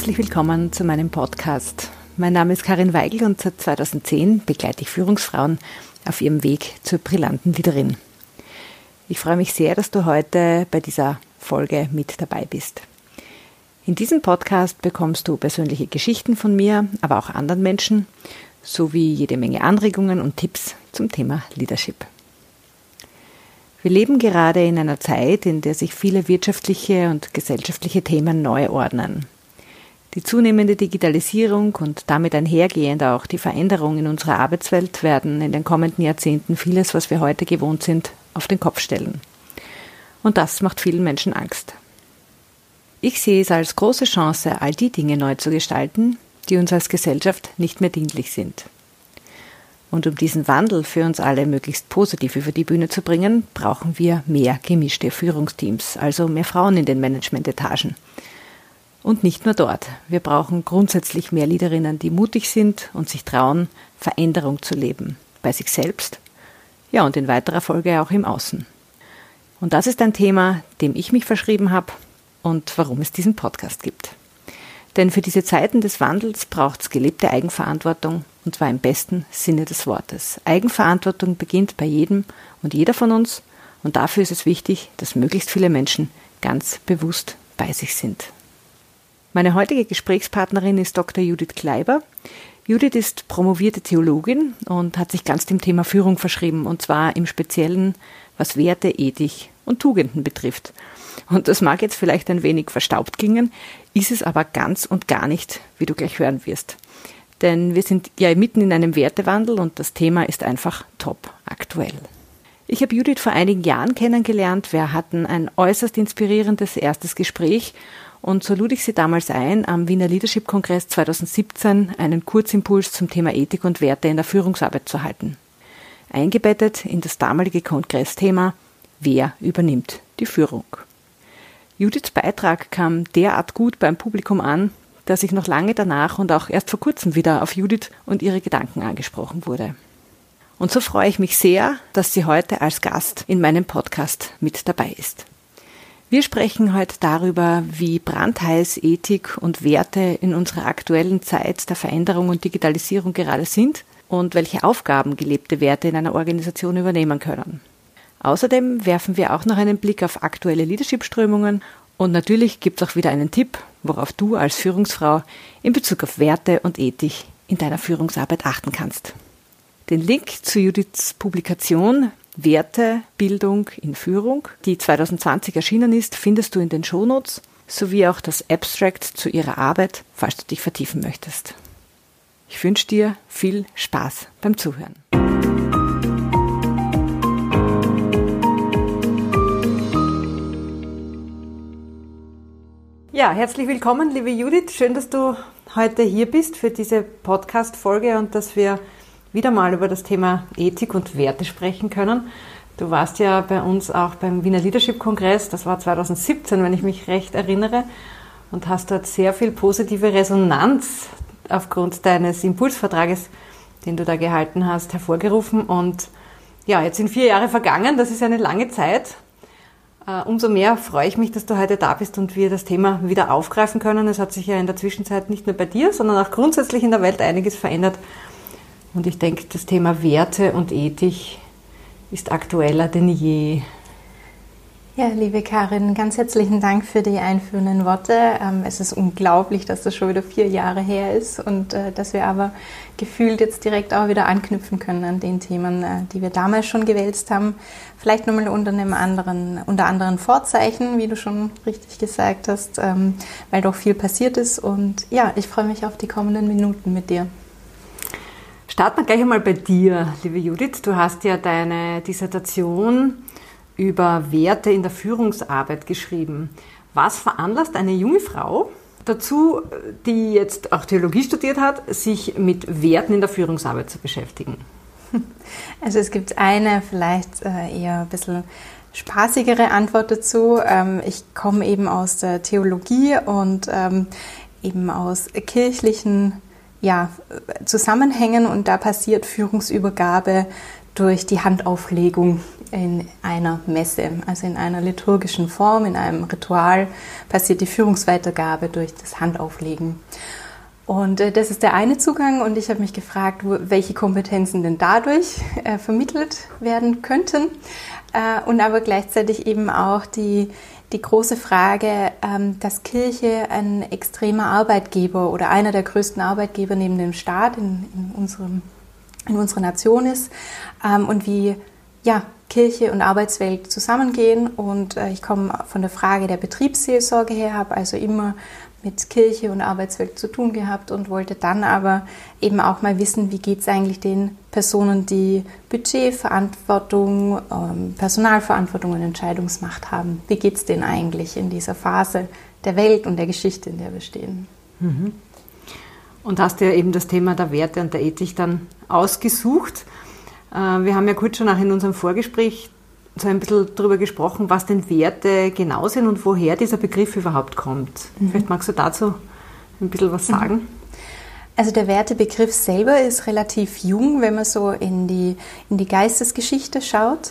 herzlich willkommen zu meinem Podcast. Mein Name ist Karin Weigl und seit 2010 begleite ich Führungsfrauen auf ihrem Weg zur brillanten Leaderin. Ich freue mich sehr, dass du heute bei dieser Folge mit dabei bist. In diesem Podcast bekommst du persönliche Geschichten von mir, aber auch anderen Menschen, sowie jede Menge Anregungen und Tipps zum Thema Leadership. Wir leben gerade in einer Zeit, in der sich viele wirtschaftliche und gesellschaftliche Themen neu ordnen. Die zunehmende Digitalisierung und damit einhergehend auch die Veränderung in unserer Arbeitswelt werden in den kommenden Jahrzehnten vieles, was wir heute gewohnt sind, auf den Kopf stellen. Und das macht vielen Menschen Angst. Ich sehe es als große Chance, all die Dinge neu zu gestalten, die uns als Gesellschaft nicht mehr dienlich sind. Und um diesen Wandel für uns alle möglichst positiv über die Bühne zu bringen, brauchen wir mehr gemischte Führungsteams, also mehr Frauen in den Managementetagen. Und nicht nur dort. Wir brauchen grundsätzlich mehr Leaderinnen, die mutig sind und sich trauen, Veränderung zu leben. Bei sich selbst, ja und in weiterer Folge auch im Außen. Und das ist ein Thema, dem ich mich verschrieben habe und warum es diesen Podcast gibt. Denn für diese Zeiten des Wandels braucht es gelebte Eigenverantwortung, und zwar im besten Sinne des Wortes. Eigenverantwortung beginnt bei jedem und jeder von uns, und dafür ist es wichtig, dass möglichst viele Menschen ganz bewusst bei sich sind. Meine heutige Gesprächspartnerin ist Dr. Judith Kleiber. Judith ist promovierte Theologin und hat sich ganz dem Thema Führung verschrieben, und zwar im Speziellen, was Werte, Ethik und Tugenden betrifft. Und das mag jetzt vielleicht ein wenig verstaubt klingen, ist es aber ganz und gar nicht, wie du gleich hören wirst. Denn wir sind ja mitten in einem Wertewandel und das Thema ist einfach top aktuell. Ich habe Judith vor einigen Jahren kennengelernt. Wir hatten ein äußerst inspirierendes erstes Gespräch und so lud ich sie damals ein, am Wiener Leadership-Kongress 2017 einen Kurzimpuls zum Thema Ethik und Werte in der Führungsarbeit zu halten. Eingebettet in das damalige Kongressthema: Wer übernimmt die Führung? Judiths Beitrag kam derart gut beim Publikum an, dass ich noch lange danach und auch erst vor kurzem wieder auf Judith und ihre Gedanken angesprochen wurde. Und so freue ich mich sehr, dass sie heute als Gast in meinem Podcast mit dabei ist. Wir sprechen heute darüber, wie brandheiß Ethik und Werte in unserer aktuellen Zeit der Veränderung und Digitalisierung gerade sind und welche Aufgaben gelebte Werte in einer Organisation übernehmen können. Außerdem werfen wir auch noch einen Blick auf aktuelle Leadership-Strömungen und natürlich gibt es auch wieder einen Tipp, worauf du als Führungsfrau in Bezug auf Werte und Ethik in deiner Führungsarbeit achten kannst. Den Link zu Judiths Publikation Werte, Bildung in Führung, die 2020 erschienen ist, findest du in den Shownotes, sowie auch das Abstract zu ihrer Arbeit, falls du dich vertiefen möchtest. Ich wünsche dir viel Spaß beim Zuhören. Ja, herzlich willkommen, liebe Judith. Schön, dass du heute hier bist für diese Podcast-Folge und dass wir wieder mal über das Thema Ethik und Werte sprechen können. Du warst ja bei uns auch beim Wiener Leadership-Kongress, das war 2017, wenn ich mich recht erinnere, und hast dort sehr viel positive Resonanz aufgrund deines Impulsvortrages, den du da gehalten hast, hervorgerufen. Und ja, jetzt sind 4 Jahre vergangen, das ist eine lange Zeit. Umso mehr freue ich mich, dass du heute da bist und wir das Thema wieder aufgreifen können. Es hat sich ja in der Zwischenzeit nicht nur bei dir, sondern auch grundsätzlich in der Welt einiges verändert. Und ich denke, das Thema Werte und Ethik ist aktueller denn je. Ja, liebe Karin, ganz herzlichen Dank für die einführenden Worte. Es ist unglaublich, dass das schon wieder 4 Jahre her ist und dass wir aber gefühlt jetzt direkt auch wieder anknüpfen können an den Themen, die wir damals schon gewälzt haben. Vielleicht nochmal unter anderen Vorzeichen, wie du schon richtig gesagt hast, weil doch viel passiert ist. Und ja, ich freue mich auf die kommenden Minuten mit dir. Starten wir gleich einmal bei dir, liebe Judith. Du hast ja deine Dissertation über Werte in der Führungsarbeit geschrieben. Was veranlasst eine junge Frau dazu, die jetzt auch Theologie studiert hat, sich mit Werten in der Führungsarbeit zu beschäftigen? Also es gibt eine vielleicht eher ein bisschen spaßigere Antwort dazu. Ich komme eben aus der Theologie und eben aus kirchlichen Zusammenhängen und da passiert Führungsübergabe durch die Handauflegung in einer Messe, also in einer liturgischen Form, in einem Ritual passiert die Führungsweitergabe durch das Handauflegen. Und das ist der eine Zugang und ich habe mich gefragt, welche Kompetenzen denn dadurch vermittelt werden könnten und aber gleichzeitig eben auch die große Frage, dass Kirche ein extremer Arbeitgeber oder einer der größten Arbeitgeber neben dem Staat in unserer Nation ist und wie Kirche und Arbeitswelt zusammengehen. Und ich komme von der Frage der Betriebsseelsorge her, habe also immer mit Kirche und Arbeitswelt zu tun gehabt und wollte dann aber eben auch mal wissen, wie geht es eigentlich den Personen, die Budgetverantwortung, Personalverantwortung und Entscheidungsmacht haben. Wie geht es denen eigentlich in dieser Phase der Welt und der Geschichte, in der wir stehen? Mhm. Und hast ja eben das Thema der Werte und der Ethik dann ausgesucht. Wir haben ja kurz schon auch in unserem Vorgespräch so ein bisschen darüber gesprochen, was denn Werte genau sind und woher dieser Begriff überhaupt kommt. Vielleicht magst du dazu ein bisschen was sagen? Also der Wertebegriff selber ist relativ jung, wenn man so in die Geistesgeschichte schaut.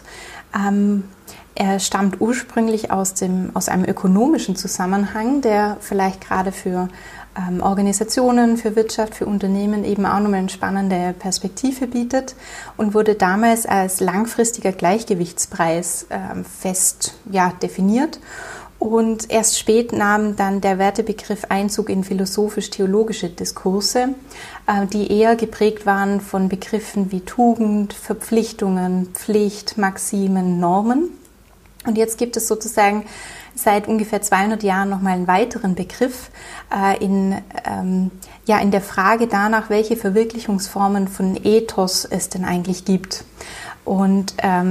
Er stammt ursprünglich aus einem ökonomischen Zusammenhang, der vielleicht gerade für Organisationen, für Wirtschaft, für Unternehmen eben auch nochmal eine spannende Perspektive bietet und wurde damals als langfristiger Gleichgewichtspreis fest definiert. Und erst spät nahm dann der Wertebegriff Einzug in philosophisch-theologische Diskurse, die eher geprägt waren von Begriffen wie Tugend, Verpflichtungen, Pflicht, Maximen, Normen. Und jetzt gibt es sozusagen seit ungefähr 200 Jahren nochmal einen weiteren Begriff in der Frage danach, welche Verwirklichungsformen von Ethos es denn eigentlich gibt. Und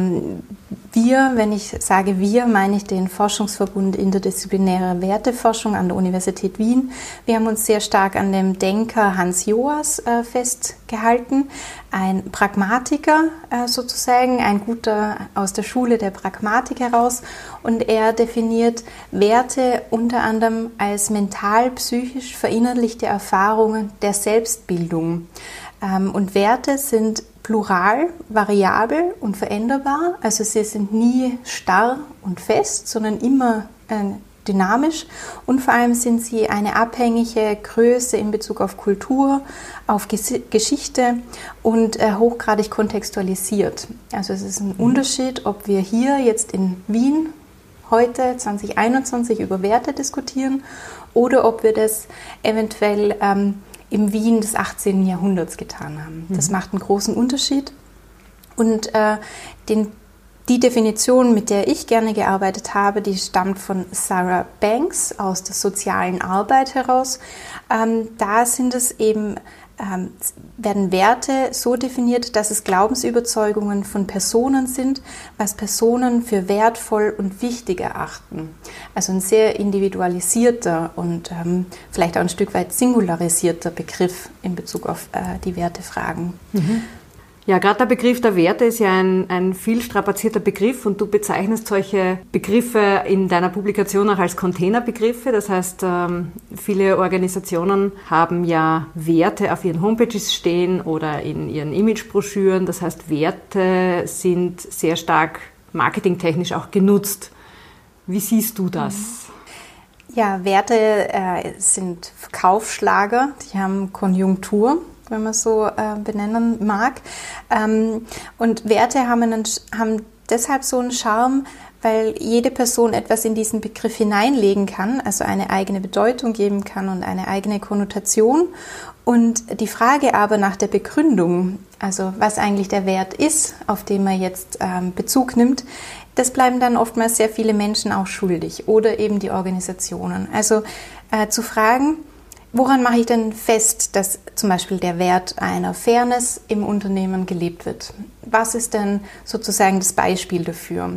wenn ich sage wir, meine ich den Forschungsverbund Interdisziplinäre Werteforschung an der Universität Wien. Wir haben uns sehr stark an dem Denker Hans Joas festgehalten, ein Pragmatiker sozusagen, ein guter aus der Schule der Pragmatik heraus. Und er definiert Werte unter anderem als mental-psychisch verinnerlichte Erfahrungen der Selbstbildung. Und Werte sind plural, variabel und veränderbar. Also sie sind nie starr und fest, sondern immer dynamisch. Und vor allem sind sie eine abhängige Größe in Bezug auf Kultur, auf Geschichte und hochgradig kontextualisiert. Also es ist ein Unterschied, ob wir hier jetzt in Wien heute 2021 über Werte diskutieren oder ob wir das eventuell im Wien des 18. Jahrhunderts getan haben. Das macht einen großen Unterschied. Und die Definition, mit der ich gerne gearbeitet habe, die stammt von Sarah Banks aus der sozialen Arbeit heraus. Da sind es eben werden Werte so definiert, dass es Glaubensüberzeugungen von Personen sind, was Personen für wertvoll und wichtig erachten. Also ein sehr individualisierter und vielleicht auch ein Stück weit singularisierter Begriff in Bezug auf die Wertefragen. Mhm. Ja, gerade der Begriff der Werte ist ja ein viel strapazierter Begriff und du bezeichnest solche Begriffe in deiner Publikation auch als Containerbegriffe. Das heißt, viele Organisationen haben ja Werte auf ihren Homepages stehen oder in ihren Imagebroschüren. Das heißt, Werte sind sehr stark marketingtechnisch auch genutzt. Wie siehst du das? Ja, Werte sind Verkaufsschlager, die haben Konjunktur, wenn man so benennen mag. Und Werte haben deshalb so einen Charme, weil jede Person etwas in diesen Begriff hineinlegen kann, also eine eigene Bedeutung geben kann und eine eigene Konnotation. Und die Frage aber nach der Begründung, also was eigentlich der Wert ist, auf den man jetzt Bezug nimmt, das bleiben dann oftmals sehr viele Menschen auch schuldig oder eben die Organisationen. Also zu fragen, woran mache ich denn fest, dass zum Beispiel der Wert einer Fairness im Unternehmen gelebt wird? Was ist denn sozusagen das Beispiel dafür?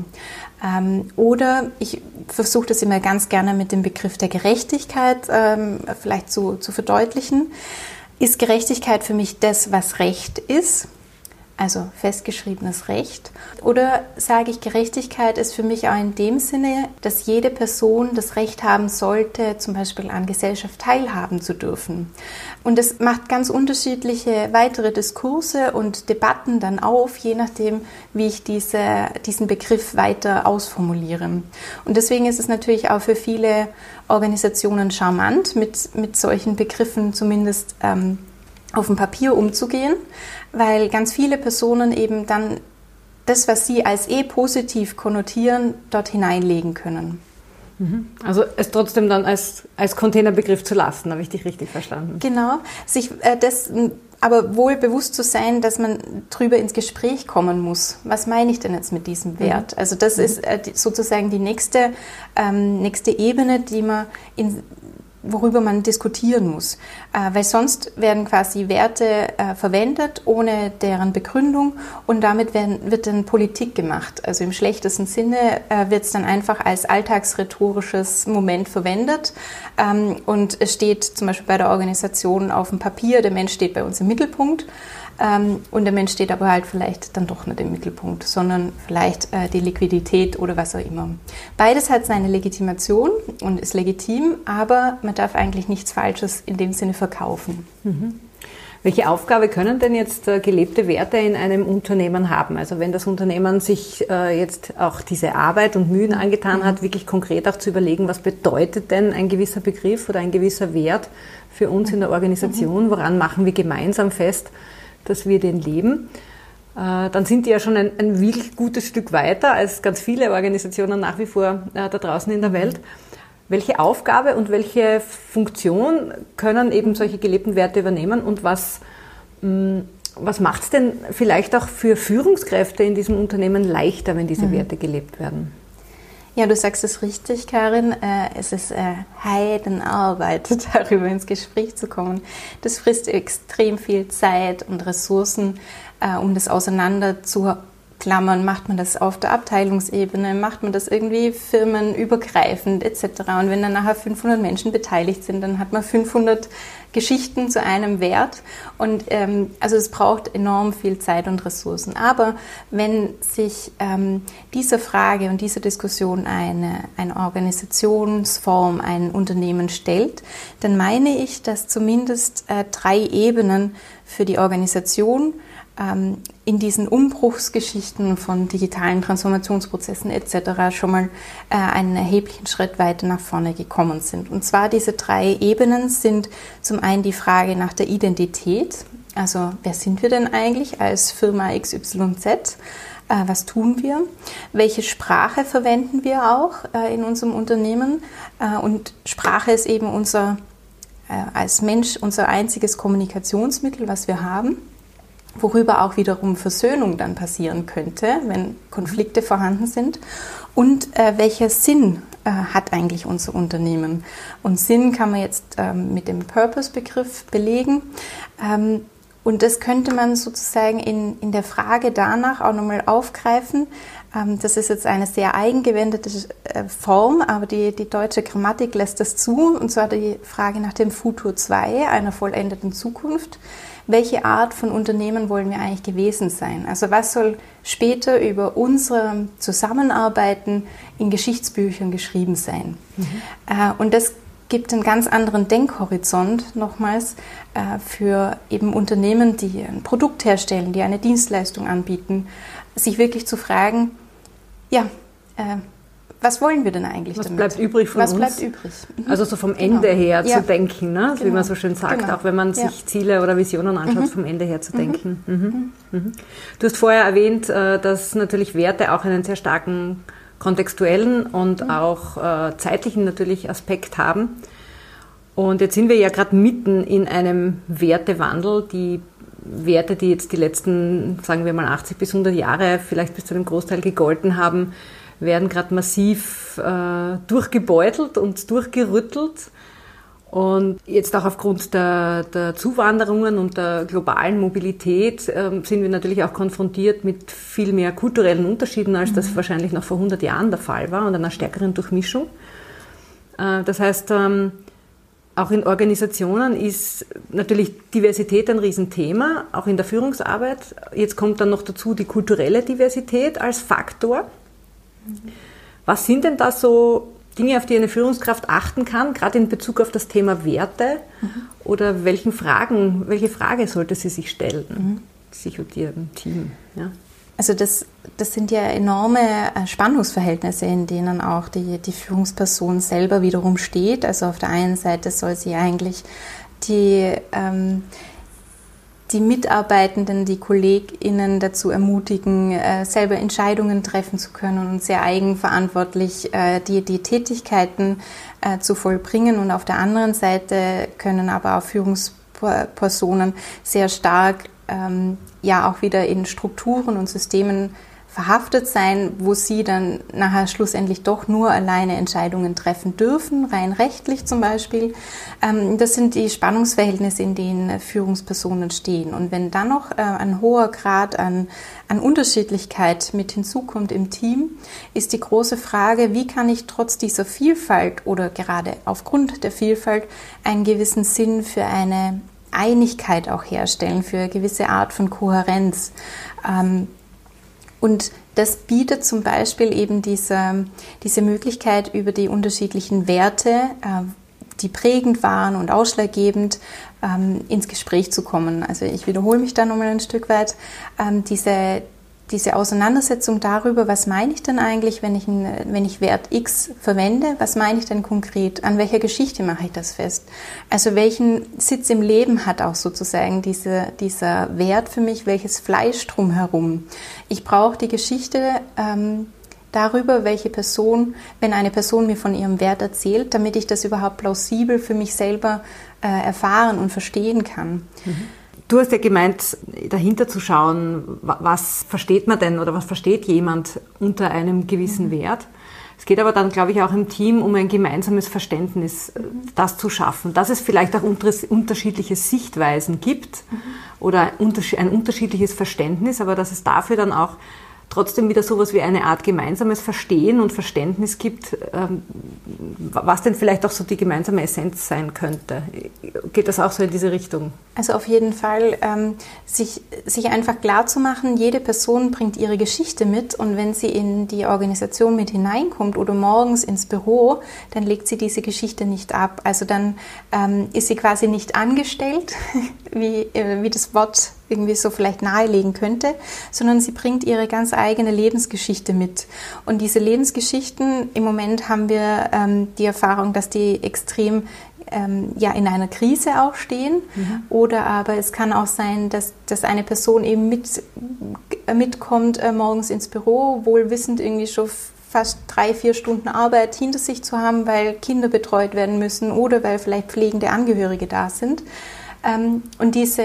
Oder ich versuche das immer ganz gerne mit dem Begriff der Gerechtigkeit vielleicht zu verdeutlichen. Ist Gerechtigkeit für mich das, was Recht ist? also festgeschriebenes Recht? Oder sage ich, Gerechtigkeit ist für mich auch in dem Sinne, dass jede Person das Recht haben sollte, zum Beispiel an Gesellschaft teilhaben zu dürfen. Und es macht ganz unterschiedliche weitere Diskurse und Debatten dann auf, je nachdem, wie ich diesen Begriff weiter ausformuliere. Und deswegen ist es natürlich auch für viele Organisationen charmant, mit solchen Begriffen zumindest auf dem Papier umzugehen, weil ganz viele Personen eben dann das, was sie als positiv konnotieren, dort hineinlegen können. Also es trotzdem dann als Containerbegriff zu lassen, habe ich dich richtig verstanden? Genau, sich das aber wohl bewusst zu sein, dass man drüber ins Gespräch kommen muss. Was meine ich denn jetzt mit diesem Wert? Also das ist sozusagen die nächste Ebene, worüber man diskutieren muss. Weil sonst werden quasi Werte verwendet, ohne deren Begründung, und damit wird dann Politik gemacht. Also im schlechtesten Sinne wird es dann einfach als alltagsrhetorisches Moment verwendet, und es steht zum Beispiel bei der Organisation auf dem Papier, der Mensch steht bei uns im Mittelpunkt. Und der Mensch steht aber halt vielleicht dann doch nicht im Mittelpunkt, sondern vielleicht die Liquidität oder was auch immer. Beides hat seine Legitimation und ist legitim, aber man darf eigentlich nichts Falsches in dem Sinne verkaufen. Welche Aufgabe können denn jetzt gelebte Werte in einem Unternehmen haben? Also wenn das Unternehmen sich jetzt auch diese Arbeit und Mühen angetan hat, wirklich konkret auch zu überlegen, was bedeutet denn ein gewisser Begriff oder ein gewisser Wert für uns in der Organisation? Woran machen wir gemeinsam fest, dass wir den leben, dann sind die ja schon ein wirklich gutes Stück weiter als ganz viele Organisationen nach wie vor da draußen in der Welt. Welche Aufgabe und welche Funktion können eben solche gelebten Werte übernehmen, und was macht es denn vielleicht auch für Führungskräfte in diesem Unternehmen leichter, wenn diese Werte gelebt werden? Ja, du sagst es richtig, Karin. Es ist Heidenarbeit, darüber ins Gespräch zu kommen. Das frisst extrem viel Zeit und Ressourcen, um das auseinander zu klammern. Macht man das auf der Abteilungsebene, macht man das irgendwie firmenübergreifend etc. Und wenn dann nachher 500 Menschen beteiligt sind, dann hat man 500 Geschichten zu einem Wert. Und also es braucht enorm viel Zeit und Ressourcen. Aber wenn sich dieser Frage und dieser Diskussion eine Organisationsform, ein Unternehmen stellt, dann meine ich, dass zumindest 3 Ebenen für die Organisation in diesen Umbruchsgeschichten von digitalen Transformationsprozessen etc. schon mal einen erheblichen Schritt weiter nach vorne gekommen sind. Und zwar diese 3 Ebenen sind zum einen die Frage nach der Identität, also wer sind wir denn eigentlich als Firma XYZ? Was tun wir? Welche Sprache verwenden wir auch in unserem Unternehmen? Und Sprache ist eben als Mensch unser einziges Kommunikationsmittel, was wir haben, worüber auch wiederum Versöhnung dann passieren könnte, wenn Konflikte vorhanden sind. Und welcher Sinn hat eigentlich unser Unternehmen? Und Sinn kann man jetzt mit dem Purpose-Begriff belegen. Und das könnte man sozusagen in der Frage danach auch nochmal aufgreifen. Das ist jetzt eine sehr eigengewendete Form, aber die deutsche Grammatik lässt das zu. Und zwar die Frage nach dem Futur 2, einer vollendeten Zukunft. Welche Art von Unternehmen wollen wir eigentlich gewesen sein? Also was soll später über unsere Zusammenarbeiten in Geschichtsbüchern geschrieben sein? Und das gibt einen ganz anderen Denkhorizont nochmals für eben Unternehmen, die ein Produkt herstellen, die eine Dienstleistung anbieten, sich wirklich zu fragen, was wollen wir denn eigentlich damit? Was bleibt übrig von uns? Was bleibt übrig? Also so vom Ende her zu denken, ne? Wie man so schön sagt, auch wenn man sich Ziele oder Visionen anschaut, vom Ende her zu denken. Du hast vorher erwähnt, dass natürlich Werte auch einen sehr starken kontextuellen und auch zeitlichen natürlich Aspekt haben. Und jetzt sind wir ja gerade mitten in einem Wertewandel. Die Werte, die jetzt die letzten, sagen wir mal 80 bis 100 Jahre vielleicht bis zu einem Großteil gegolten haben, werden gerade massiv durchgebeutelt und durchgerüttelt. Und jetzt auch aufgrund der Zuwanderungen und der globalen Mobilität sind wir natürlich auch konfrontiert mit viel mehr kulturellen Unterschieden, als das wahrscheinlich noch vor 100 Jahren der Fall war, und einer stärkeren Durchmischung. Das heißt, Auch in Organisationen ist natürlich Diversität ein Riesenthema, auch in der Führungsarbeit. Jetzt kommt dann noch dazu die kulturelle Diversität als Faktor. Was sind denn da so Dinge, auf die eine Führungskraft achten kann, gerade in Bezug auf das Thema Werte? Oder welche Frage sollte sie sich stellen, sich und ihrem Team? Ja? Also das sind ja enorme Spannungsverhältnisse, in denen auch die Führungsperson selber wiederum steht. Also auf der einen Seite soll sie eigentlich die Mitarbeitenden, die KollegInnen dazu ermutigen, selber Entscheidungen treffen zu können und sehr eigenverantwortlich die Tätigkeiten zu vollbringen. Und auf der anderen Seite können aber auch Führungspersonen sehr stark auch wieder in Strukturen und Systemen verhaftet sein, wo sie dann nachher schlussendlich doch nur alleine Entscheidungen treffen dürfen, rein rechtlich zum Beispiel. Das sind die Spannungsverhältnisse, in denen Führungspersonen stehen. Und wenn dann noch ein hoher Grad an Unterschiedlichkeit mit hinzukommt im Team, ist die große Frage, wie kann ich trotz dieser Vielfalt oder gerade aufgrund der Vielfalt einen gewissen Sinn für eine Einigkeit auch herstellen, für eine gewisse Art von Kohärenz. Und das bietet zum Beispiel eben diese Möglichkeit, über die unterschiedlichen Werte, die prägend waren und ausschlaggebend, ins Gespräch zu kommen. Also ich wiederhole mich da nochmal ein Stück weit. Diese Auseinandersetzung darüber, was meine ich denn eigentlich, wenn ich Wert X verwende, was meine ich denn konkret, an welcher Geschichte mache ich das fest? Also welchen Sitz im Leben hat auch sozusagen dieser Wert für mich, welches Fleisch drumherum? Ich brauche die Geschichte darüber, welche Person, wenn eine Person mir von ihrem Wert erzählt, damit ich das überhaupt plausibel für mich selber erfahren und verstehen kann. Du hast ja gemeint, dahinter zu schauen, was versteht man denn oder was versteht jemand unter einem gewissen Wert. Es geht aber dann, glaube ich, auch im Team um ein gemeinsames Verständnis, das zu schaffen, dass es vielleicht auch unterschiedliche Sichtweisen gibt oder ein unterschiedliches Verständnis, aber dass es dafür dann auch trotzdem wieder sowas wie eine Art gemeinsames Verstehen und Verständnis gibt, was denn vielleicht auch so die gemeinsame Essenz sein könnte. Geht das auch so in diese Richtung? Also auf jeden Fall, sich einfach klar zu machen, jede Person bringt ihre Geschichte mit und wenn sie in die Organisation mit hineinkommt oder morgens ins Büro, dann legt sie diese Geschichte nicht ab. Also dann ist sie quasi nicht angestellt, wie das Wort irgendwie so vielleicht nahelegen könnte, sondern sie bringt ihre ganz eigene Lebensgeschichte mit. Und diese Lebensgeschichten, im Moment haben wir die Erfahrung, dass die extrem in einer Krise auch stehen. Oder aber es kann auch sein, dass eine Person eben mitkommt morgens ins Büro, wohl wissend irgendwie schon fast 3-4 Stunden Arbeit hinter sich zu haben, weil Kinder betreut werden müssen oder weil vielleicht pflegende Angehörige da sind. Und diese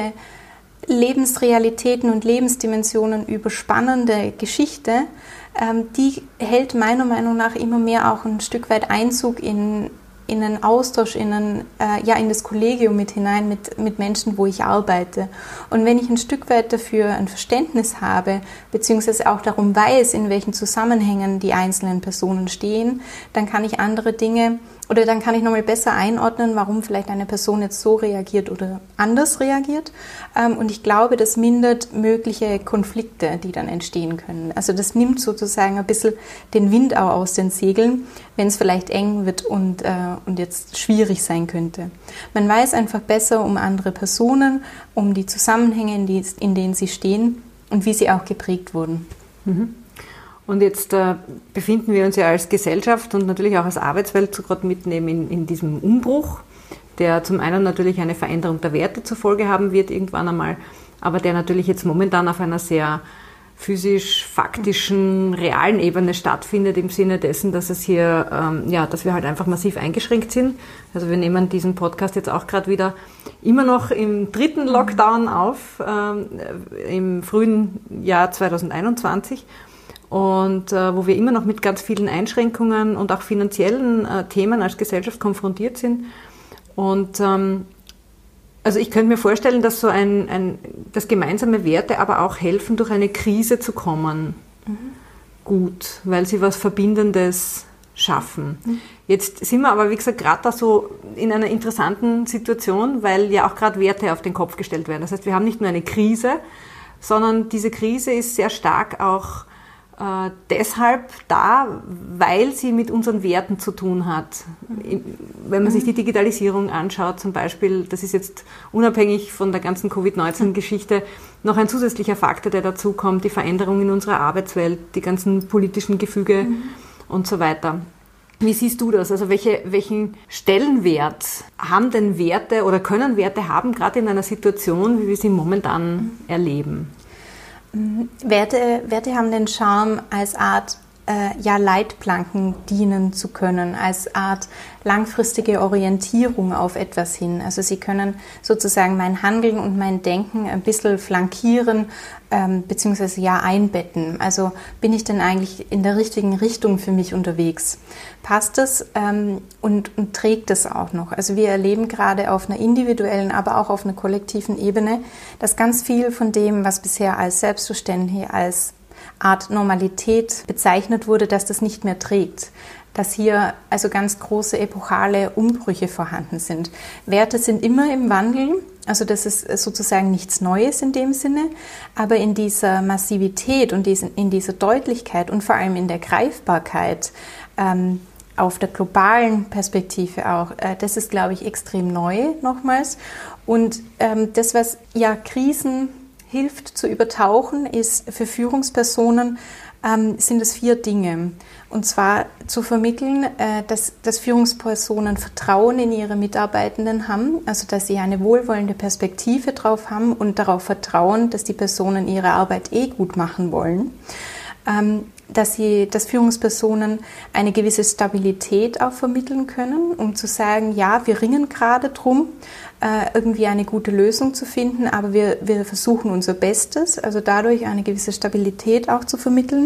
Lebensrealitäten und Lebensdimensionen überspannende Geschichte, die hält meiner Meinung nach immer mehr auch ein Stück weit Einzug in einen Austausch, in das Kollegium mit hinein, mit Menschen, wo ich arbeite. Und wenn ich ein Stück weit dafür ein Verständnis habe, beziehungsweise auch darum weiß, in welchen Zusammenhängen die einzelnen Personen stehen, dann kann ich andere Dinge oder dann kann ich nochmal besser einordnen, warum vielleicht eine Person jetzt so reagiert oder anders reagiert. Und ich glaube, das mindert mögliche Konflikte, die dann entstehen können. Also das nimmt sozusagen ein bisschen den Wind auch aus den Segeln, wenn es vielleicht eng wird und jetzt schwierig sein könnte. Man weiß einfach besser um andere Personen, um die Zusammenhänge, in denen sie stehen und wie sie auch geprägt wurden. Und jetzt befinden wir uns ja als Gesellschaft und natürlich auch als Arbeitswelt so gerade mitten eben in diesem Umbruch, der zum einen natürlich eine Veränderung der Werte zur Folge haben wird irgendwann einmal, aber der natürlich jetzt momentan auf einer sehr physisch-faktischen, realen Ebene stattfindet, im Sinne dessen, dass es hier, dass wir halt einfach massiv eingeschränkt sind. Also wir nehmen diesen Podcast jetzt auch gerade wieder immer noch im 3. Lockdown auf, im frühen Jahr 2021. Und wo wir immer noch mit ganz vielen Einschränkungen und auch finanziellen Themen als Gesellschaft konfrontiert sind. Und also ich könnte mir vorstellen, dass so dass gemeinsame Werte aber auch helfen, durch eine Krise zu kommen. Gut, weil sie was Verbindendes schaffen. Jetzt sind wir aber, wie gesagt, gerade da so in einer interessanten Situation, weil ja auch gerade Werte auf den Kopf gestellt werden. Das heißt, wir haben nicht nur eine Krise, sondern diese Krise ist sehr stark auch deshalb da, weil sie mit unseren Werten zu tun hat. Wenn man sich die Digitalisierung anschaut zum Beispiel, das ist jetzt unabhängig von der ganzen Covid-19-Geschichte noch ein zusätzlicher Faktor, der dazu kommt, die Veränderung in unserer Arbeitswelt, die ganzen politischen Gefüge und so weiter. Wie siehst du das? Also welchen Stellenwert haben denn Werte oder können Werte haben, gerade in einer Situation, wie wir sie momentan erleben? Werte haben den Charme, als Art Leitplanken dienen zu können, als Art langfristige Orientierung auf etwas hin. Also sie können sozusagen mein Handeln und mein Denken ein bisschen flankieren beziehungsweise einbetten. Also bin ich denn eigentlich in der richtigen Richtung für mich unterwegs? Passt es und trägt es auch noch? Also wir erleben gerade auf einer individuellen, aber auch auf einer kollektiven Ebene, dass ganz viel von dem, was bisher als selbstverständlich, als Art Normalität bezeichnet wurde, dass das nicht mehr trägt. Dass hier also ganz große epochale Umbrüche vorhanden sind. Werte sind immer im Wandel, also das ist sozusagen nichts Neues in dem Sinne, aber in dieser Massivität und in dieser Deutlichkeit und vor allem in der Greifbarkeit auf der globalen Perspektive auch, das ist, glaube ich, extrem neu nochmals. Und das, was Krisen hilft zu übertauchen, ist für Führungspersonen, sind es 4 Dinge. Und zwar zu vermitteln, dass Führungspersonen Vertrauen in ihre Mitarbeitenden haben, also dass sie eine wohlwollende Perspektive drauf haben und darauf vertrauen, dass die Personen ihre Arbeit gut machen wollen. Dass Führungspersonen eine gewisse Stabilität auch vermitteln können, um zu sagen, ja, wir ringen gerade drum, irgendwie eine gute Lösung zu finden, aber wir versuchen unser Bestes, also dadurch eine gewisse Stabilität auch zu vermitteln.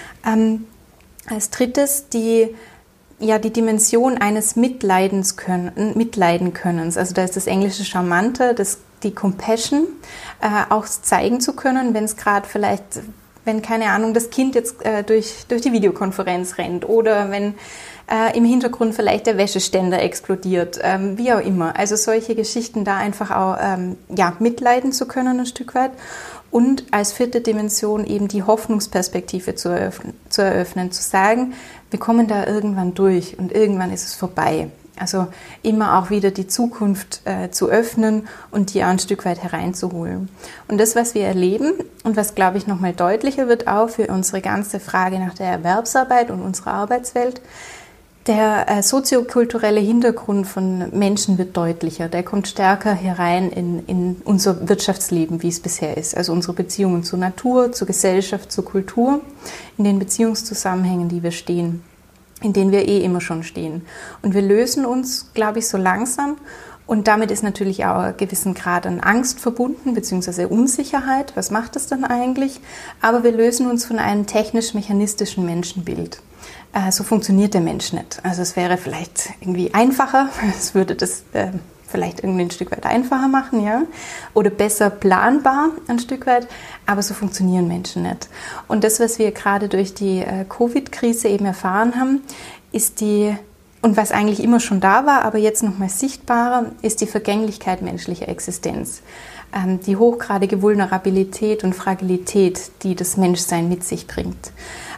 Als drittes die Dimension eines Mitleiden können. Also da ist das englische Charmante, die Compassion, auch zeigen zu können, wenn es gerade vielleicht, wenn, keine Ahnung, das Kind jetzt durch die Videokonferenz rennt oder wenn im Hintergrund vielleicht der Wäscheständer explodiert, wie auch immer. Also solche Geschichten da einfach auch mitleiden zu können ein Stück weit. Und als 4. Dimension eben die Hoffnungsperspektive zu eröffnen, zu sagen, wir kommen da irgendwann durch und irgendwann ist es vorbei. Also immer auch wieder die Zukunft zu öffnen und die auch ein Stück weit hereinzuholen. Und das, was wir erleben und was, glaube ich, nochmal deutlicher wird auch für unsere ganze Frage nach der Erwerbsarbeit und unserer Arbeitswelt, der soziokulturelle Hintergrund von Menschen wird deutlicher. Der kommt stärker herein in unser Wirtschaftsleben, wie es bisher ist. Also unsere Beziehungen zur Natur, zur Gesellschaft, zur Kultur, in den Beziehungszusammenhängen, die wir stehen, in denen wir immer schon stehen. Und wir lösen uns, glaube ich, so langsam. Und damit ist natürlich auch ein gewissen Grad an Angst verbunden, beziehungsweise Unsicherheit. Was macht das dann eigentlich? Aber wir lösen uns von einem technisch-mechanistischen Menschenbild. So funktioniert der Mensch nicht. Also es wäre vielleicht irgendwie einfacher, es würde das vielleicht irgendwie ein Stück weit einfacher machen, ja, oder besser planbar ein Stück weit, aber so funktionieren Menschen nicht. Und das, was wir gerade durch die Covid-Krise eben erfahren haben, ist und was eigentlich immer schon da war, aber jetzt nochmal sichtbarer, ist die Vergänglichkeit menschlicher Existenz. Die hochgradige Vulnerabilität und Fragilität, die das Menschsein mit sich bringt.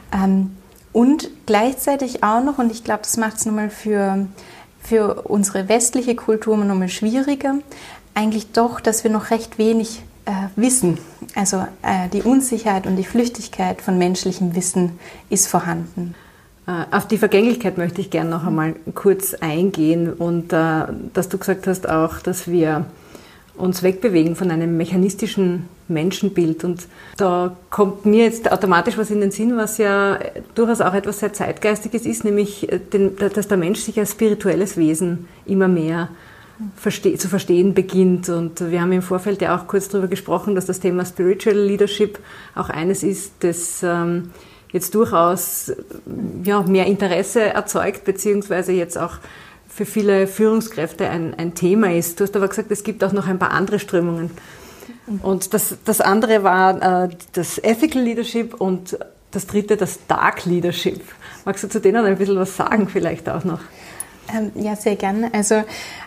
Und gleichzeitig auch noch, und ich glaube, das macht es nochmal für unsere westliche Kultur nochmal schwieriger, eigentlich doch, dass wir noch recht wenig wissen. Also die Unsicherheit und die Flüchtigkeit von menschlichem Wissen ist vorhanden. Auf die Vergänglichkeit möchte ich gerne noch einmal kurz eingehen und dass du gesagt hast auch, dass wir uns wegbewegen von einem mechanistischen Menschenbild. Und da kommt mir jetzt automatisch was in den Sinn, was ja durchaus auch etwas sehr Zeitgeistiges ist, nämlich, dass der Mensch sich als spirituelles Wesen immer mehr zu verstehen beginnt. Und wir haben im Vorfeld ja auch kurz darüber gesprochen, dass das Thema Spiritual Leadership auch eines ist, das jetzt durchaus mehr Interesse erzeugt, beziehungsweise jetzt auch für viele Führungskräfte ein Thema ist. Du hast aber gesagt, es gibt auch noch ein paar andere Strömungen. Und das andere war das Ethical Leadership und das dritte, das Dark Leadership. Magst du zu denen ein bisschen was sagen vielleicht auch noch? Ja, sehr gerne. Also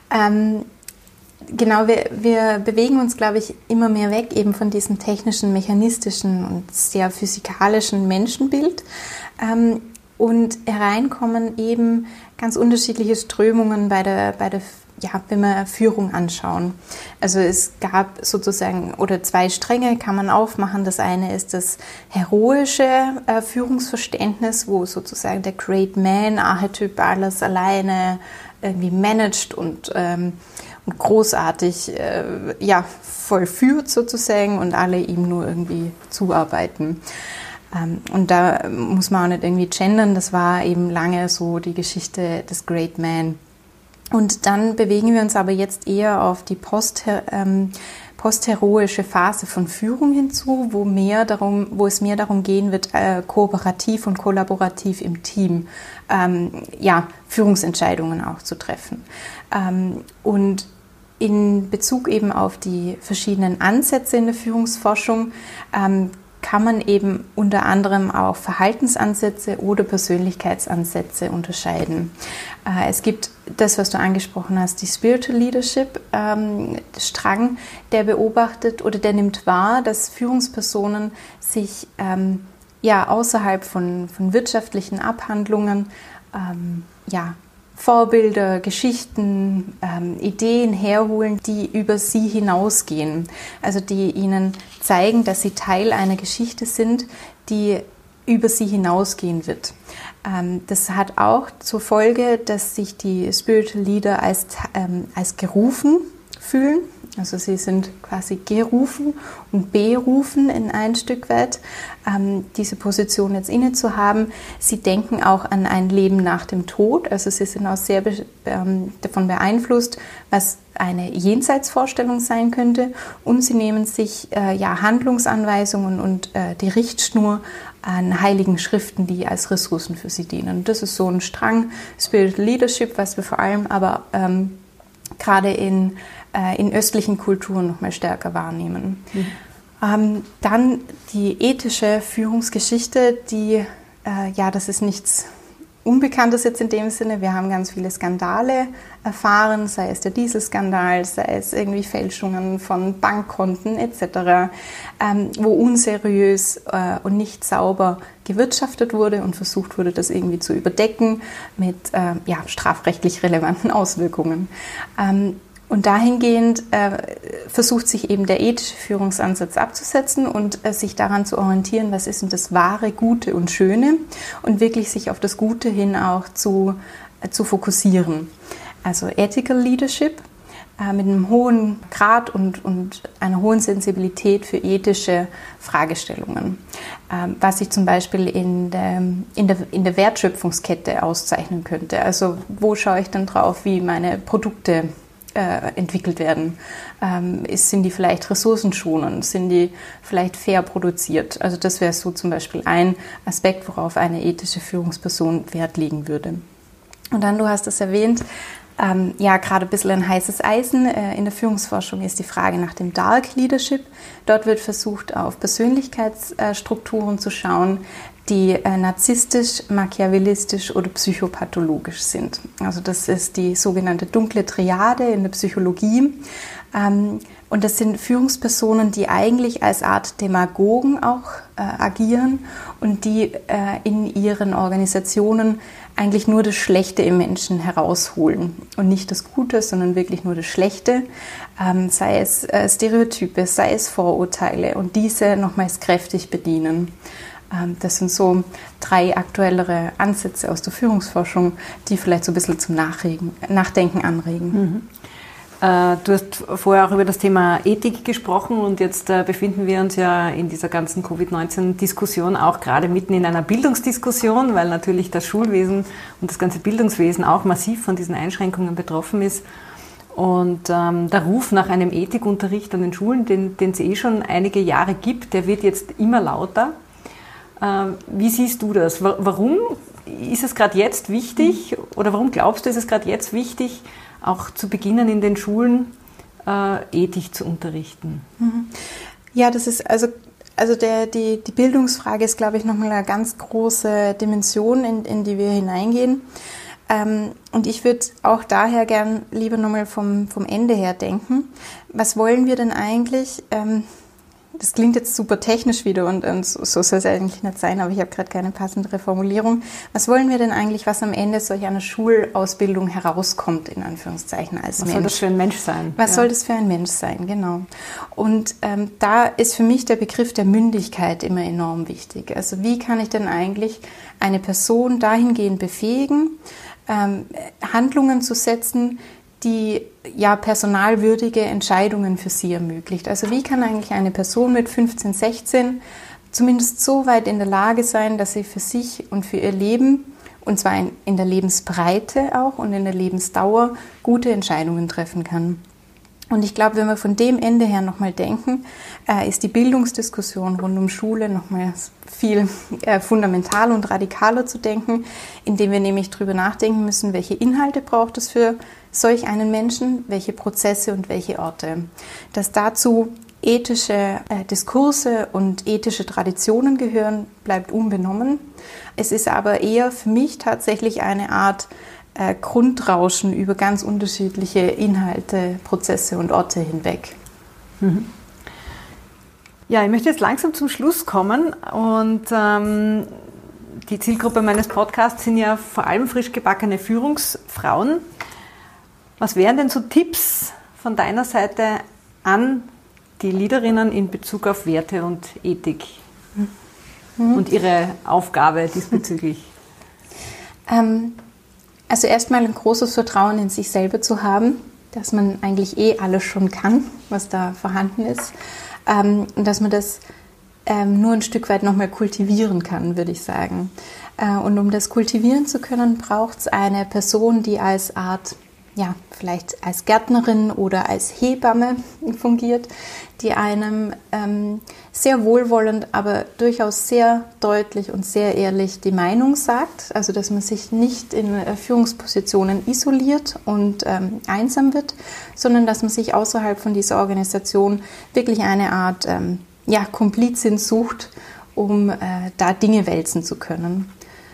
genau, wir bewegen uns, glaube ich, immer mehr weg eben von diesem technischen, mechanistischen und sehr physikalischen Menschenbild und hereinkommen eben ganz unterschiedliche Strömungen wenn wir Führung anschauen. Also es gab sozusagen, oder zwei Stränge kann man aufmachen. Das eine ist das heroische Führungsverständnis, wo sozusagen der Great Man-Archetyp alles alleine irgendwie managt und großartig vollführt sozusagen und alle ihm nur irgendwie zuarbeiten. Und da muss man auch nicht irgendwie gendern, das war eben lange so die Geschichte des Great Man. Und dann bewegen wir uns aber jetzt eher auf die postheroische Phase von Führung hinzu, wo es mehr darum gehen wird, kooperativ und kollaborativ im Team Führungsentscheidungen auch zu treffen. Und in Bezug eben auf die verschiedenen Ansätze in der Führungsforschung kann man eben unter anderem auch Verhaltensansätze oder Persönlichkeitsansätze unterscheiden. Es gibt das, was du angesprochen hast, die Spiritual Leadership Strang, der beobachtet oder der nimmt wahr, dass Führungspersonen sich außerhalb von wirtschaftlichen Abhandlungen Vorbilder, Geschichten, Ideen herholen, die über sie hinausgehen. Also die ihnen zeigen, dass sie Teil einer Geschichte sind, die über sie hinausgehen wird. Das hat auch zur Folge, dass sich die Spiritual Leader als gerufen fühlen. Also sie sind quasi gerufen und berufen in ein Stück weit, diese Position jetzt inne zu haben. Sie denken auch an ein Leben nach dem Tod. Also sie sind auch sehr davon beeinflusst, was eine Jenseitsvorstellung sein könnte. Und sie nehmen sich Handlungsanweisungen und die Richtschnur an heiligen Schriften, die als Ressourcen für sie dienen. Das ist so ein Strang Spiritual Leadership, was wir vor allem aber gerade in östlichen Kulturen noch mal stärker wahrnehmen. Dann die ethische Führungsgeschichte, das ist nichts Unbekanntes jetzt in dem Sinne. Wir haben ganz viele Skandale erfahren, sei es der Dieselskandal, sei es irgendwie Fälschungen von Bankkonten etc., wo unseriös und nicht sauber gewirtschaftet wurde und versucht wurde, das irgendwie zu überdecken mit strafrechtlich relevanten Auswirkungen. Und dahingehend versucht sich eben der ethische Führungsansatz abzusetzen und sich daran zu orientieren, was ist denn das wahre, Gute und Schöne und wirklich sich auf das Gute hin auch zu fokussieren. Also Ethical Leadership mit einem hohen Grad und einer hohen Sensibilität für ethische Fragestellungen, was sich zum Beispiel in der Wertschöpfungskette auszeichnen könnte. Also wo schaue ich dann drauf, wie meine Produkte entwickelt werden? Sind die vielleicht ressourcenschonend? Sind die vielleicht fair produziert? Also das wäre so zum Beispiel ein Aspekt, worauf eine ethische Führungsperson Wert legen würde. Und dann, du hast es erwähnt, gerade ein bisschen ein heißes Eisen in der Führungsforschung ist die Frage nach dem Dark Leadership. Dort wird versucht, auf Persönlichkeitsstrukturen zu schauen, die narzisstisch, machiavellistisch oder psychopathologisch sind. Also das ist die sogenannte dunkle Triade in der Psychologie. Und das sind Führungspersonen, die eigentlich als Art Demagogen auch agieren und die in ihren Organisationen eigentlich nur das Schlechte im Menschen herausholen und nicht das Gute, sondern wirklich nur das Schlechte, sei es Stereotype, sei es Vorurteile und diese nochmals kräftig bedienen. Das sind so 3 aktuellere Ansätze aus der Führungsforschung, die vielleicht so ein bisschen zum Nachdenken anregen. Du hast vorher auch über das Thema Ethik gesprochen und jetzt befinden wir uns ja in dieser ganzen Covid-19-Diskussion auch gerade mitten in einer Bildungsdiskussion, weil natürlich das Schulwesen und das ganze Bildungswesen auch massiv von diesen Einschränkungen betroffen ist. Und der Ruf nach einem Ethikunterricht an den Schulen, den es schon einige Jahre gibt, der wird jetzt immer lauter. Wie siehst du das? Warum ist es gerade jetzt wichtig oder warum glaubst du, ist es gerade jetzt wichtig, auch zu beginnen in den Schulen Ethik zu unterrichten? Ja, das ist also also die Bildungsfrage ist, glaube ich, nochmal eine ganz große Dimension, in die wir hineingehen. Und ich würde auch daher gern lieber nochmal vom Ende her denken. Was wollen wir denn eigentlich? Das klingt jetzt super technisch wieder und so soll es eigentlich nicht sein, aber ich habe gerade keine passendere Formulierung. Was wollen wir denn eigentlich, was am Ende solch einer Schulausbildung herauskommt, in Anführungszeichen, als Mensch? Was soll das für ein Mensch sein? Was soll das für ein Mensch sein, genau. Und da ist für mich der Begriff der Mündigkeit immer enorm wichtig. Also wie kann ich denn eigentlich eine Person dahingehend befähigen, Handlungen zu setzen, die ja personalwürdige Entscheidungen für sie ermöglicht. Also wie kann eigentlich eine Person mit 15, 16 zumindest so weit in der Lage sein, dass sie für sich und für ihr Leben, und zwar in der Lebensbreite auch und in der Lebensdauer, gute Entscheidungen treffen kann. Und ich glaube, wenn wir von dem Ende her nochmal denken, ist die Bildungsdiskussion rund um Schule nochmal viel fundamental und radikaler zu denken, indem wir nämlich darüber nachdenken müssen, welche Inhalte braucht es für solch einen Menschen, welche Prozesse und welche Orte. Dass dazu ethische Diskurse und ethische Traditionen gehören, bleibt unbenommen. Es ist aber eher für mich tatsächlich eine Art Grundrauschen über ganz unterschiedliche Inhalte, Prozesse und Orte hinweg. Mhm. Ja, ich möchte jetzt langsam zum Schluss kommen und die Zielgruppe meines Podcasts sind ja vor allem frisch gebackene Führungsfrauen. Was wären denn so Tipps von deiner Seite an die Leaderinnen in Bezug auf Werte und Ethik und ihre Aufgabe diesbezüglich? Also erstmal ein großes Vertrauen in sich selber zu haben, dass man eigentlich alles schon kann, was da vorhanden ist. Und dass man das nur ein Stück weit nochmal kultivieren kann, würde ich sagen. Und um das kultivieren zu können, braucht es eine Person, die als Art, ja, vielleicht als Gärtnerin oder als Hebamme fungiert, die einem sehr wohlwollend, aber durchaus sehr deutlich und sehr ehrlich die Meinung sagt. Also, dass man sich nicht in Führungspositionen isoliert und einsam wird, sondern dass man sich außerhalb von dieser Organisation wirklich eine Art Komplizin sucht, um da Dinge wälzen zu können.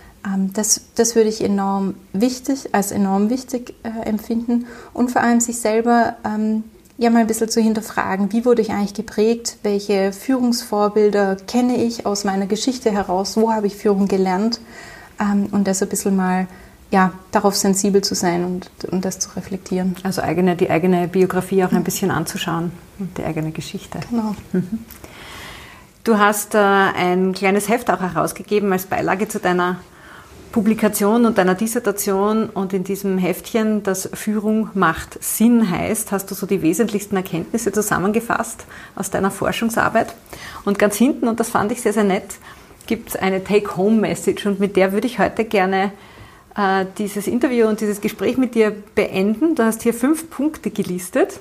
Das würde ich als enorm wichtig empfinden und vor allem sich selber mal ein bisschen zu hinterfragen, wie wurde ich eigentlich geprägt, welche Führungsvorbilder kenne ich aus meiner Geschichte heraus, wo habe ich Führung gelernt und das ein bisschen mal darauf sensibel zu sein und das zu reflektieren. Also die eigene Biografie auch ein bisschen anzuschauen und die eigene Geschichte. Genau. Mhm. Du hast ein kleines Heft auch herausgegeben als Beilage zu deiner Publikation und deiner Dissertation, und in diesem Heftchen, das Führung macht Sinn heißt, hast du so die wesentlichsten Erkenntnisse zusammengefasst aus deiner Forschungsarbeit. Und ganz hinten, und das fand ich sehr, sehr nett, gibt es eine Take-Home-Message, und mit der würde ich heute gerne dieses Interview und dieses Gespräch mit dir beenden. Du hast hier 5 Punkte gelistet,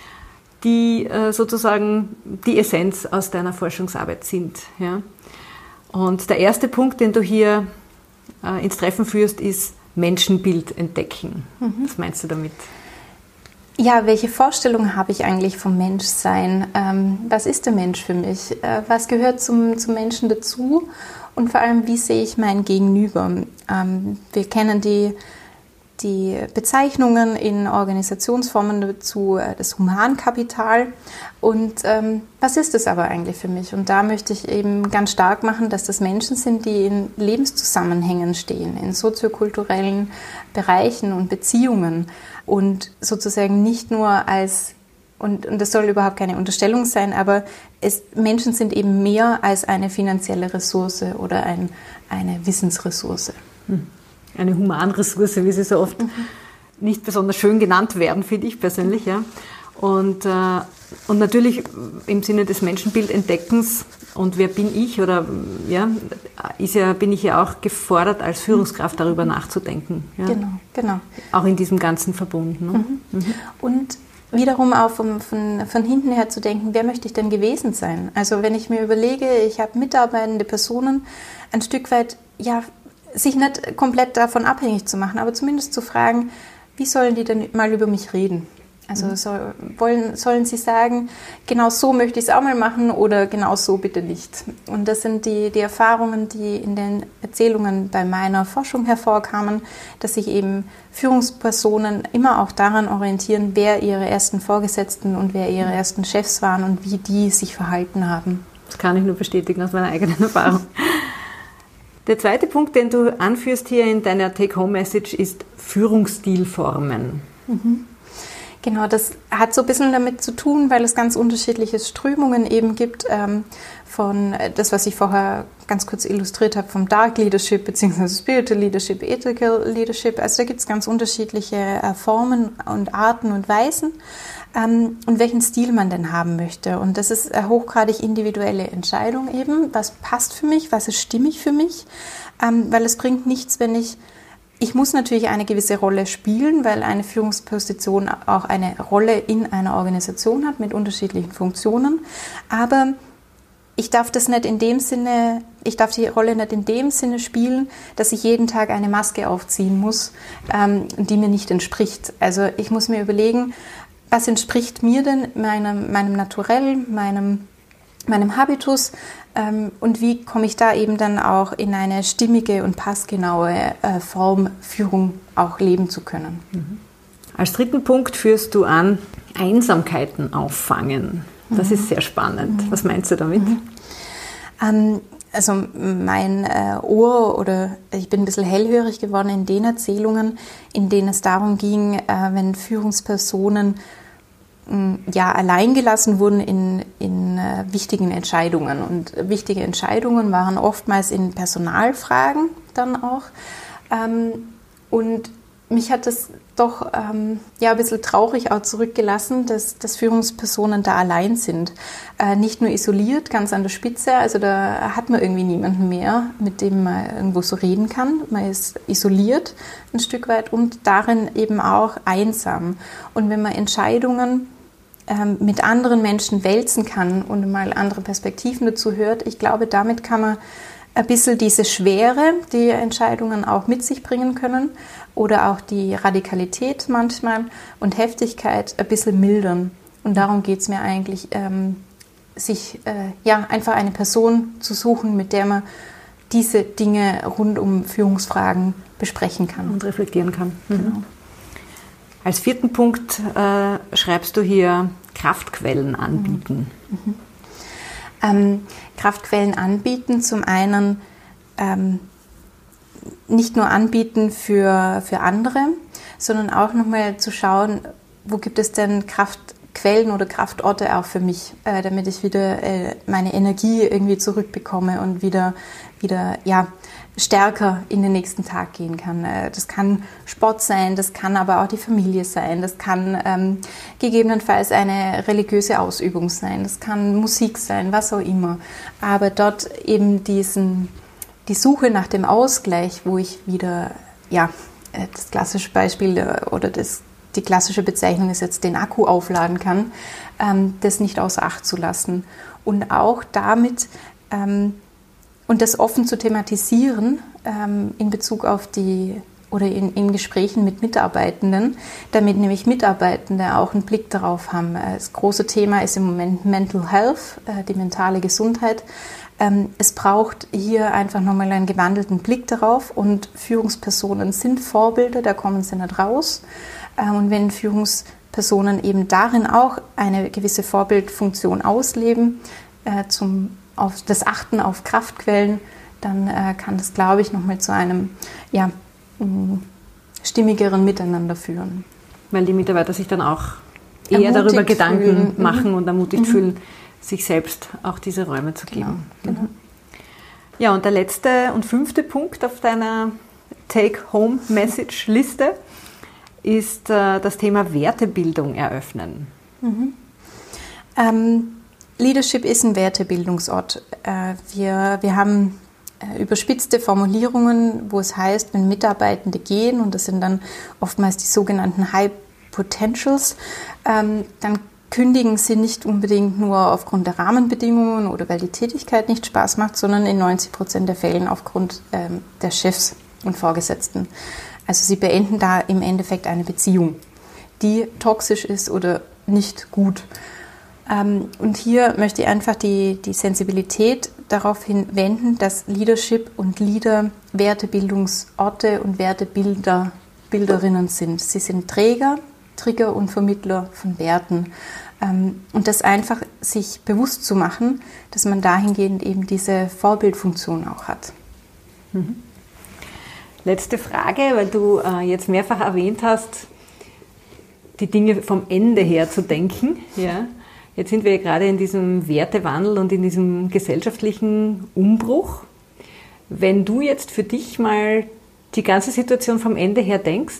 die sozusagen die Essenz aus deiner Forschungsarbeit sind. Ja? Und der erste Punkt, den du hier ins Treffen führst, ist Menschenbild entdecken. Was meinst du damit? Ja, welche Vorstellung habe ich eigentlich vom Menschsein? Was ist der Mensch für mich? Was gehört zum Menschen dazu? Und vor allem, wie sehe ich mein Gegenüber? Wir kennen die Bezeichnungen in Organisationsformen dazu, das Humankapital. Und was ist das aber eigentlich für mich? Und da möchte ich eben ganz stark machen, dass das Menschen sind, die in Lebenszusammenhängen stehen, in soziokulturellen Bereichen und Beziehungen und sozusagen nicht nur als, und das soll überhaupt keine Unterstellung sein, aber Menschen sind eben mehr als eine finanzielle Ressource oder eine Wissensressource. Eine Humanressource, wie sie so oft nicht besonders schön genannt werden, finde ich persönlich. Ja. Und natürlich im Sinne des Menschenbildentdeckens, und wer bin ich, oder bin ich ja auch gefordert, als Führungskraft darüber nachzudenken. Ja. Genau. Auch in diesem ganzen Verbund. Ne? Und wiederum auch von hinten her zu denken, wer möchte ich denn gewesen sein? Also wenn ich mir überlege, ich habe mitarbeitende Personen, ein Stück weit, sich nicht komplett davon abhängig zu machen, aber zumindest zu fragen, wie sollen die denn mal über mich reden? Also sollen sie sagen, genau so möchte ich es auch mal machen oder genau so bitte nicht. Und das sind die Erfahrungen, die in den Erzählungen bei meiner Forschung hervorkamen, dass sich eben Führungspersonen immer auch daran orientieren, wer ihre ersten Vorgesetzten und wer ihre ersten Chefs waren und wie die sich verhalten haben. Das kann ich nur bestätigen aus meiner eigenen Erfahrung. Der zweite Punkt, den du anführst hier in deiner Take-Home-Message, ist Führungsstilformen. Genau, das hat so ein bisschen damit zu tun, weil es ganz unterschiedliche Strömungen eben gibt, von das, was ich vorher ganz kurz illustriert habe, vom Dark Leadership bzw. Spiritual Leadership, Ethical Leadership. Also da gibt es ganz unterschiedliche Formen und Arten und Weisen und welchen Stil man denn haben möchte. Und das ist eine hochgradig individuelle Entscheidung eben. Was passt für mich, was ist stimmig für mich, weil es bringt nichts, wenn ich muss natürlich eine gewisse Rolle spielen, weil eine Führungsposition auch eine Rolle in einer Organisation hat mit unterschiedlichen Funktionen. Aber ich darf die Rolle nicht in dem Sinne spielen, dass ich jeden Tag eine Maske aufziehen muss, die mir nicht entspricht. Also ich muss mir überlegen, was entspricht mir denn meinem Naturell, meinem Habitus, und wie komme ich da eben dann auch in eine stimmige und passgenaue Form, Führung auch leben zu können. Als dritten Punkt führst du an, Einsamkeiten auffangen. Das ist sehr spannend. Was meinst du damit? Also mein Ohr oder ich bin ein bisschen hellhörig geworden in den Erzählungen, in denen es darum ging, wenn Führungspersonen allein gelassen wurden in wichtigen Entscheidungen. Und wichtige Entscheidungen waren oftmals in Personalfragen dann auch. Und mich hat das doch ein bisschen traurig auch zurückgelassen, dass Führungspersonen da allein sind. Nicht nur isoliert, ganz an der Spitze, also da hat man irgendwie niemanden mehr, mit dem man irgendwo so reden kann. Man ist isoliert ein Stück weit und darin eben auch einsam. Und wenn man Entscheidungen mit anderen Menschen wälzen kann und mal andere Perspektiven dazu hört, ich glaube, damit kann man ein bisschen diese Schwere, die Entscheidungen auch mit sich bringen können oder auch die Radikalität manchmal und Heftigkeit ein bisschen mildern. Und darum geht es mir eigentlich, sich einfach eine Person zu suchen, mit der man diese Dinge rund um Führungsfragen besprechen kann. Und reflektieren kann. Genau. Als vierten Punkt schreibst du hier Kraftquellen anbieten. Kraftquellen anbieten, zum einen nicht nur anbieten für andere, sondern auch nochmal zu schauen, wo gibt es denn Kraftquellen oder Kraftorte auch für mich, damit ich wieder meine Energie irgendwie zurückbekomme und wieder stärker in den nächsten Tag gehen kann. Das kann Sport sein, das kann aber auch die Familie sein, das kann gegebenenfalls eine religiöse Ausübung sein, das kann Musik sein, was auch immer. Aber dort eben die Suche nach dem Ausgleich, wo ich wieder, das klassische Beispiel oder die klassische Bezeichnung ist jetzt, den Akku aufladen kann, das nicht außer Acht zu lassen. Und auch damit und das offen zu thematisieren in Bezug auf in Gesprächen mit Mitarbeitenden, damit nämlich Mitarbeitende auch einen Blick darauf haben. Das große Thema ist im Moment Mental Health, die mentale Gesundheit. Es braucht hier einfach nochmal einen gewandelten Blick darauf und Führungspersonen sind Vorbilder, da kommen sie nicht raus. Und wenn Führungspersonen eben darin auch eine gewisse Vorbildfunktion ausleben, auf das Achten auf Kraftquellen, dann kann das, glaube ich, nochmal zu einem stimmigeren Miteinander führen. Weil die Mitarbeiter sich dann auch eher darüber Gedanken machen und ermutigt fühlen, sich selbst auch diese Räume zu geben. Genau. Ja, und der letzte und fünfte Punkt auf deiner Take-Home-Message-Liste ist das Thema Wertebildung eröffnen. Leadership ist ein Wertebildungsort. Wir haben überspitzte Formulierungen, wo es heißt, wenn Mitarbeitende gehen, und das sind dann oftmals die sogenannten High Potentials, dann kündigen sie nicht unbedingt nur aufgrund der Rahmenbedingungen oder weil die Tätigkeit nicht Spaß macht, sondern in 90% der Fällen aufgrund der Chefs und Vorgesetzten. Also sie beenden da im Endeffekt eine Beziehung, die toxisch ist oder nicht gut. Und hier möchte ich einfach die Sensibilität darauf hinwenden, dass Leadership und Leader Wertebildungsorte und Bilderinnen sind. Sie sind Träger, Trigger und Vermittler von Werten. Und das einfach sich bewusst zu machen, dass man dahingehend eben diese Vorbildfunktion auch hat. Letzte Frage, weil du jetzt mehrfach erwähnt hast, die Dinge vom Ende her zu denken. Ja. Jetzt sind wir ja gerade in diesem Wertewandel und in diesem gesellschaftlichen Umbruch. Wenn du jetzt für dich mal die ganze Situation vom Ende her denkst,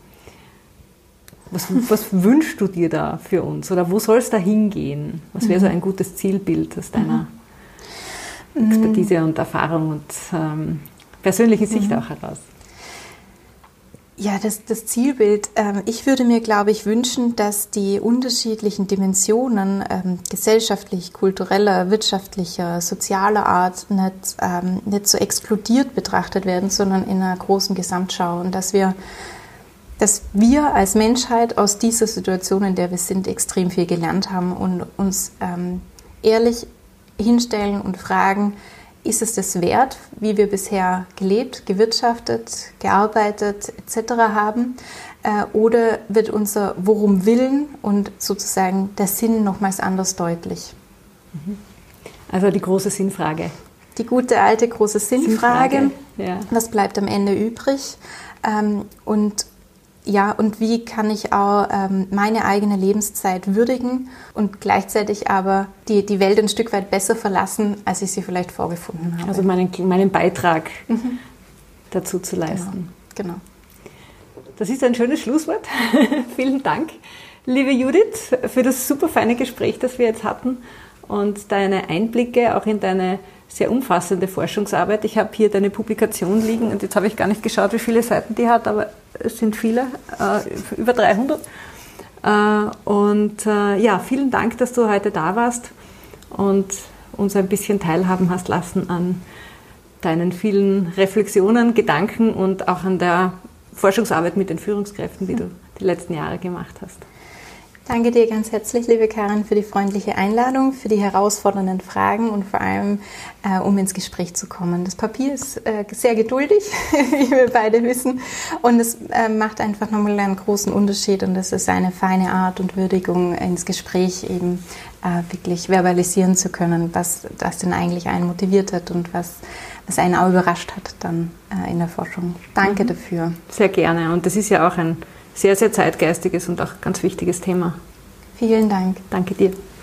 was wünschst du dir da für uns? Oder wo soll es da hingehen? Was wäre so ein gutes Zielbild aus deiner Expertise und Erfahrung und persönlichen Sicht auch heraus? Ja, das Zielbild. Ich würde mir, glaube ich, wünschen, dass die unterschiedlichen Dimensionen gesellschaftlich, kultureller, wirtschaftlicher, sozialer Art nicht so exkludiert betrachtet werden, sondern in einer großen Gesamtschau. Und dass wir als Menschheit aus dieser Situation, in der wir sind, extrem viel gelernt haben und uns ehrlich hinstellen und fragen, ist es das wert, wie wir bisher gelebt, gewirtschaftet, gearbeitet etc. haben? Oder wird unser Worum Willen und sozusagen der Sinn nochmals anders deutlich? Also die große Sinnfrage. Die gute alte große Sinnfrage. Ja. Was bleibt am Ende übrig? Und wie kann ich auch meine eigene Lebenszeit würdigen und gleichzeitig aber die Welt ein Stück weit besser verlassen, als ich sie vielleicht vorgefunden habe. Also meinen Beitrag dazu zu leisten. Genau. Das ist ein schönes Schlusswort. Vielen Dank, liebe Judith, für das super feine Gespräch, das wir jetzt hatten und deine Einblicke auch in deine sehr umfassende Forschungsarbeit. Ich habe hier deine Publikation liegen und jetzt habe ich gar nicht geschaut, wie viele Seiten die hat, aber es sind viele, über 300. Vielen Dank, dass du heute da warst und uns ein bisschen teilhaben hast lassen an deinen vielen Reflexionen, Gedanken und auch an der Forschungsarbeit mit den Führungskräften, die du die letzten Jahre gemacht hast. Danke dir ganz herzlich, liebe Karin, für die freundliche Einladung, für die herausfordernden Fragen und vor allem, um ins Gespräch zu kommen. Das Papier ist sehr geduldig, wie wir beide wissen, und es macht einfach nochmal einen großen Unterschied und es ist eine feine Art und Würdigung, ins Gespräch eben wirklich verbalisieren zu können, was das denn eigentlich einen motiviert hat und was einen auch überrascht hat dann in der Forschung. Danke dafür. Sehr gerne, und das ist ja auch ein sehr, sehr zeitgeistiges und auch ganz wichtiges Thema. Vielen Dank. Danke dir.